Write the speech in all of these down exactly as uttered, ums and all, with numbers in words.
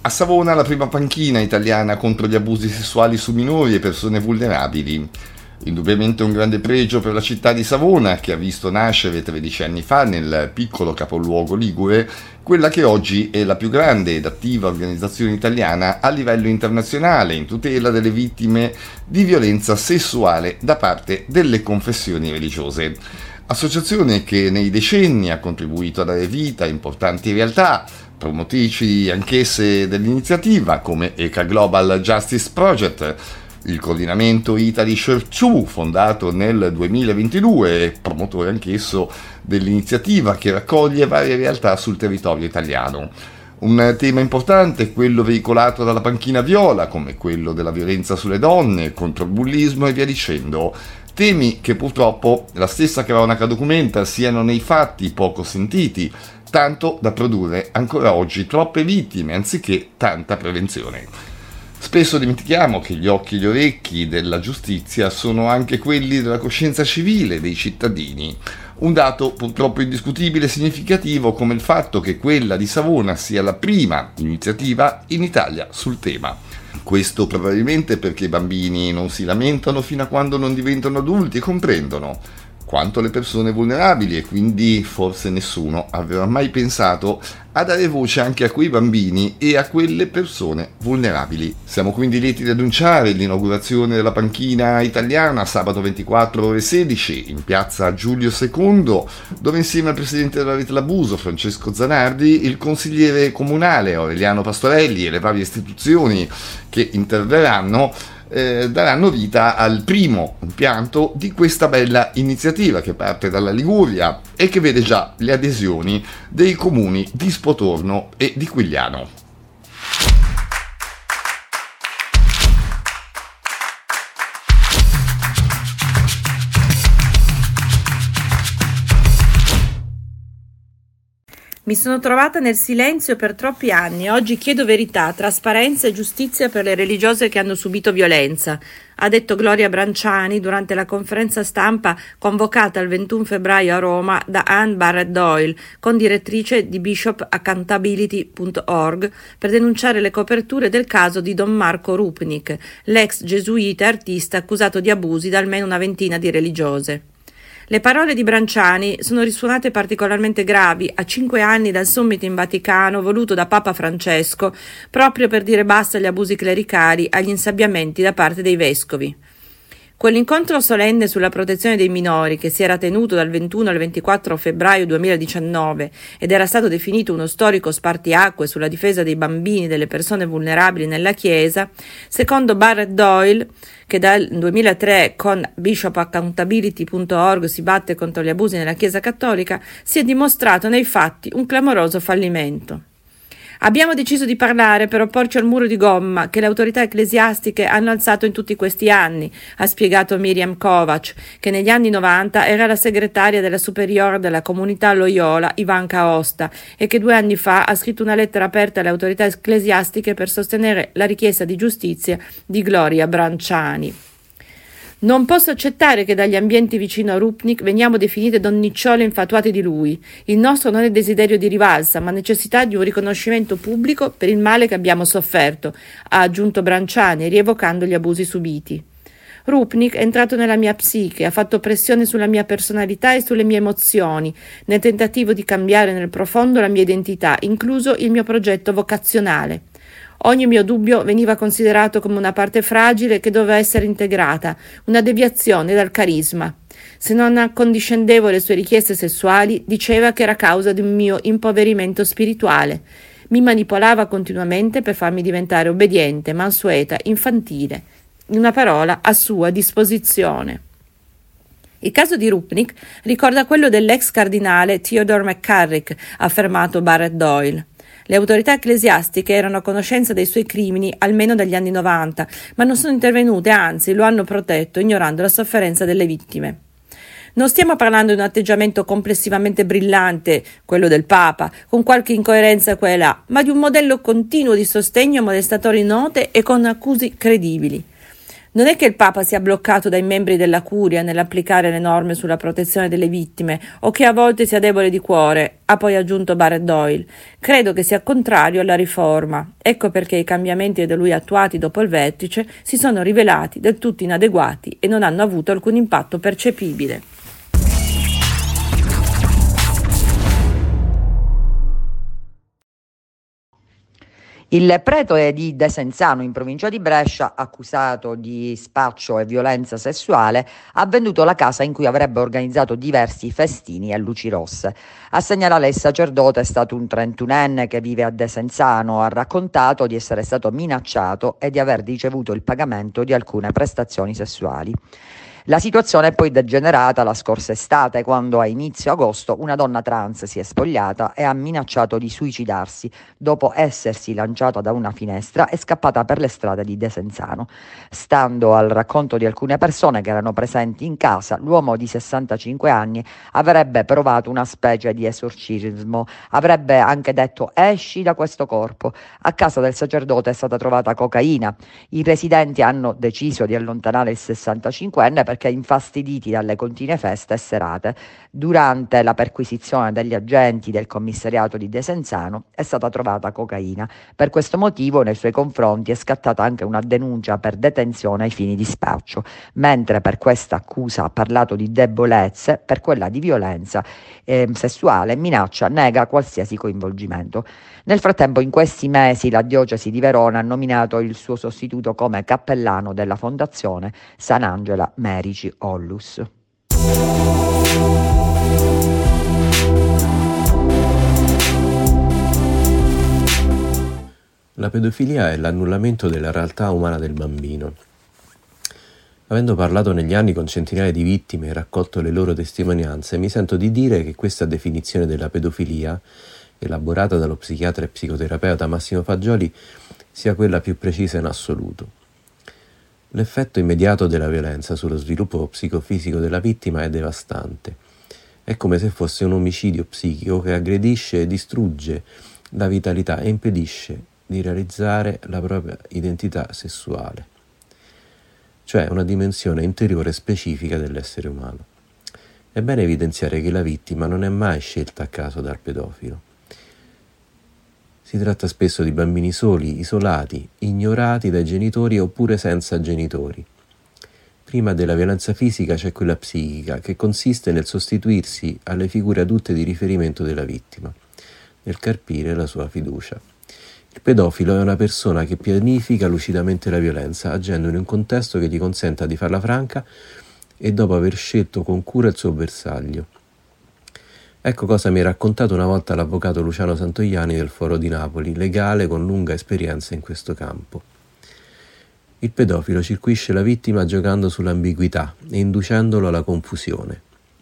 A Savona la prima panchina italiana contro gli abusi sessuali su minori e persone vulnerabili. Indubbiamente un grande pregio per la città di Savona, che ha visto nascere tredici anni fa nel piccolo capoluogo ligure quella che oggi è la più grande ed attiva organizzazione italiana a livello internazionale in tutela delle vittime di violenza sessuale da parte delle confessioni religiose. Associazione che nei decenni ha contribuito a dare vita a importanti realtà, promotrici anch'esse dell'iniziativa come E C A Global Justice Project, il coordinamento Italy Church due, fondato nel duemilaventidue e promotore anch'esso dell'iniziativa che raccoglie varie realtà sul territorio italiano. Un tema importante è quello veicolato dalla panchina viola, come quello della violenza sulle donne, contro il bullismo e via dicendo. Temi che purtroppo la stessa cronaca documenta siano nei fatti poco sentiti, tanto da produrre ancora oggi troppe vittime anziché tanta prevenzione. Spesso dimentichiamo che gli occhi e gli orecchi della giustizia sono anche quelli della coscienza civile dei cittadini. Un dato purtroppo indiscutibile e significativo come il fatto che quella di Savona sia la prima iniziativa in Italia sul tema. Questo probabilmente perché i bambini non si lamentano fino a quando non diventano adulti e comprendono quanto le persone vulnerabili, e quindi forse nessuno aveva mai pensato a dare voce anche a quei bambini e a quelle persone vulnerabili. Siamo quindi lieti di annunciare l'inaugurazione della panchina italiana sabato ventiquattro ore sedici in piazza Giulio secondo, dove insieme al presidente della Rete Labuso Francesco Zanardi, il consigliere comunale Aureliano Pastorelli e le varie istituzioni che interverranno Eh, daranno vita al primo impianto di questa bella iniziativa che parte dalla Liguria e che vede già le adesioni dei comuni di Spotorno e di Quigliano. Mi sono trovata nel silenzio per troppi anni. Oggi chiedo verità, trasparenza e giustizia per le religiose che hanno subito violenza, ha detto Gloria Branciani durante la conferenza stampa convocata il ventuno febbraio a Roma da Anne Barrett Doyle, condirettrice di bishop accountability punto org, per denunciare le coperture del caso di Don Marco Rupnik, l'ex gesuita e artista accusato di abusi da almeno una ventina di religiose. Le parole di Branciani sono risuonate particolarmente gravi a cinque anni dal summit in Vaticano voluto da Papa Francesco proprio per dire basta agli abusi clericali, agli insabbiamenti da parte dei vescovi. Quell'incontro solenne sulla protezione dei minori che si era tenuto dal ventuno al ventiquattro febbraio duemiladiciannove ed era stato definito uno storico spartiacque sulla difesa dei bambini e delle persone vulnerabili nella Chiesa, secondo Barrett Doyle, che dal duemilatré con bishop accountability punto org si batte contro gli abusi nella Chiesa cattolica, si è dimostrato nei fatti un clamoroso fallimento. Abbiamo deciso di parlare per opporci al muro di gomma che le autorità ecclesiastiche hanno alzato in tutti questi anni, ha spiegato Miriam Kovac, che negli anni novanta era la segretaria della superiore della comunità Loyola Ivanka Osta e che due anni fa ha scritto una lettera aperta alle autorità ecclesiastiche per sostenere la richiesta di giustizia di Gloria Branciani. Non posso accettare che dagli ambienti vicino a Rupnik veniamo definite donnicciole infatuate di lui. Il nostro non è desiderio di rivalsa, ma necessità di un riconoscimento pubblico per il male che abbiamo sofferto, ha aggiunto Branciani, rievocando gli abusi subiti. Rupnik è entrato nella mia psiche, ha fatto pressione sulla mia personalità e sulle mie emozioni, nel tentativo di cambiare nel profondo la mia identità, incluso il mio progetto vocazionale. Ogni mio dubbio veniva considerato come una parte fragile che doveva essere integrata, una deviazione dal carisma. Se non accondiscendevo le sue richieste sessuali, diceva che era causa di un mio impoverimento spirituale. Mi manipolava continuamente per farmi diventare obbediente, mansueta, infantile. In una parola, a sua disposizione. Il caso di Rupnik ricorda quello dell'ex cardinale Theodore McCarrick, ha affermato Barrett Doyle. Le autorità ecclesiastiche erano a conoscenza dei suoi crimini almeno dagli anni novanta, ma non sono intervenute, anzi lo hanno protetto, ignorando la sofferenza delle vittime. Non stiamo parlando di un atteggiamento complessivamente brillante, quello del Papa, con qualche incoerenza qua e là, ma di un modello continuo di sostegno a molestatori note e con accuse credibili. Non è che il Papa sia bloccato dai membri della Curia nell'applicare le norme sulla protezione delle vittime o che a volte sia debole di cuore, ha poi aggiunto Barrett Doyle. Credo che sia contrario alla riforma. Ecco perché i cambiamenti da lui attuati dopo il vertice si sono rivelati del tutto inadeguati e non hanno avuto alcun impatto percepibile. Il prete di Desenzano, in provincia di Brescia, accusato di spaccio e violenza sessuale, ha venduto la casa in cui avrebbe organizzato diversi festini a luci rosse. A segnalare il sacerdote è stato un trentunenne che vive a Desenzano. Ha raccontato di essere stato minacciato e di aver ricevuto il pagamento di alcune prestazioni sessuali. La situazione è poi degenerata la scorsa estate, quando a inizio agosto una donna trans si è spogliata e ha minacciato di suicidarsi dopo essersi lanciata da una finestra e scappata per le strade di Desenzano. Stando al racconto di alcune persone che erano presenti in casa, l'uomo di sessantacinque anni avrebbe provato una specie di esorcismo, avrebbe anche detto esci da questo corpo. A casa del sacerdote è stata trovata cocaina. I residenti hanno deciso di allontanare il sessantacinquenne perché infastiditi dalle continue feste e serate. Durante la perquisizione degli agenti del commissariato di Desenzano è stata trovata cocaina. Per questo motivo nei suoi confronti è scattata anche una denuncia per detenzione ai fini di spaccio, mentre per questa accusa ha parlato di debolezze, per quella di violenza eh, sessuale minaccia nega qualsiasi coinvolgimento. Nel frattempo, in questi mesi la diocesi di Verona ha nominato il suo sostituto come cappellano della fondazione Sant'Angela Merici Ollus. La pedofilia è l'annullamento della realtà umana del bambino. Avendo parlato negli anni con centinaia di vittime e raccolto le loro testimonianze, mi sento di dire che questa definizione della pedofilia, elaborata dallo psichiatra e psicoterapeuta Massimo Fagioli, sia quella più precisa in assoluto. L'effetto immediato della violenza sullo sviluppo psicofisico della vittima è devastante. È come se fosse un omicidio psichico che aggredisce e distrugge la vitalità e impedisce di realizzare la propria identità sessuale, cioè una dimensione interiore specifica dell'essere umano. È bene evidenziare che la vittima non è mai scelta a caso dal pedofilo. Si tratta spesso di bambini soli, isolati, ignorati dai genitori oppure senza genitori. Prima della violenza fisica c'è quella psichica, che consiste nel sostituirsi alle figure adulte di riferimento della vittima, nel carpire la sua fiducia. Il pedofilo è una persona che pianifica lucidamente la violenza, agendo in un contesto che gli consenta di farla franca e dopo aver scelto con cura il suo bersaglio. Ecco cosa mi ha raccontato una volta l'avvocato Luciano Santoianni del Foro di Napoli, legale con lunga esperienza in questo campo. Il pedofilo circuisce la vittima giocando sull'ambiguità e inducendolo alla confusione.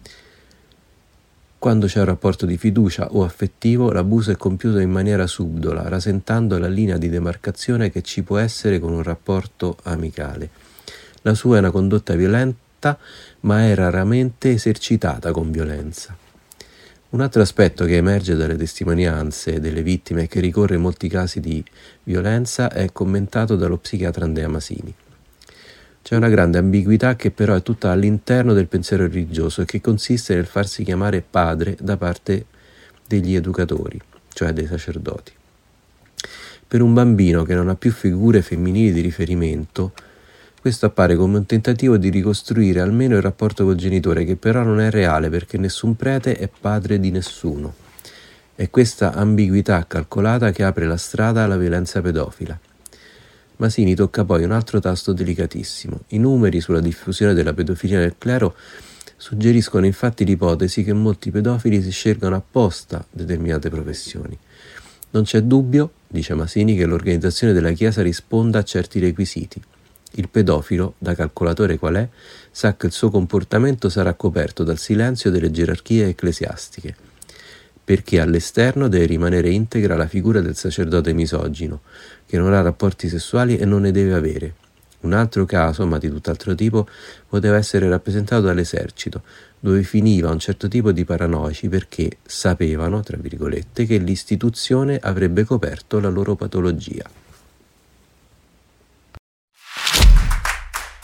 Quando c'è un rapporto di fiducia o affettivo, l'abuso è compiuto in maniera subdola, rasentando la linea di demarcazione che ci può essere con un rapporto amicale. La sua è una condotta violenta, ma è raramente esercitata con violenza. Un altro aspetto che emerge dalle testimonianze delle vittime e che ricorre in molti casi di violenza è commentato dallo psichiatra Andrea Masini. C'è una grande ambiguità che però è tutta all'interno del pensiero religioso e che consiste nel farsi chiamare padre da parte degli educatori, cioè dei sacerdoti. Per un bambino che non ha più figure femminili di riferimento, questo appare come un tentativo di ricostruire almeno il rapporto col genitore, che però non è reale perché nessun prete è padre di nessuno. È questa ambiguità calcolata che apre la strada alla violenza pedofila. Masini tocca poi un altro tasto delicatissimo. I numeri sulla diffusione della pedofilia nel clero suggeriscono infatti l'ipotesi che molti pedofili si scelgano apposta determinate professioni. Non c'è dubbio, dice Masini, che l'organizzazione della Chiesa risponda a certi requisiti. Il pedofilo, da calcolatore qual è, sa che il suo comportamento sarà coperto dal silenzio delle gerarchie ecclesiastiche, perché all'esterno deve rimanere integra la figura del sacerdote misogino, che non ha rapporti sessuali e non ne deve avere. Un altro caso, ma di tutt'altro tipo, poteva essere rappresentato dall'esercito, dove finiva un certo tipo di paranoici perché sapevano, tra virgolette, che l'istituzione avrebbe coperto la loro patologia.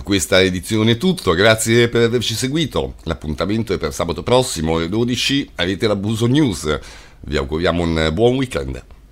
per questa edizione è tutto, grazie per averci seguito. L'appuntamento è per sabato prossimo alle dodici, avete l'Abuso News. Vi auguriamo un buon weekend.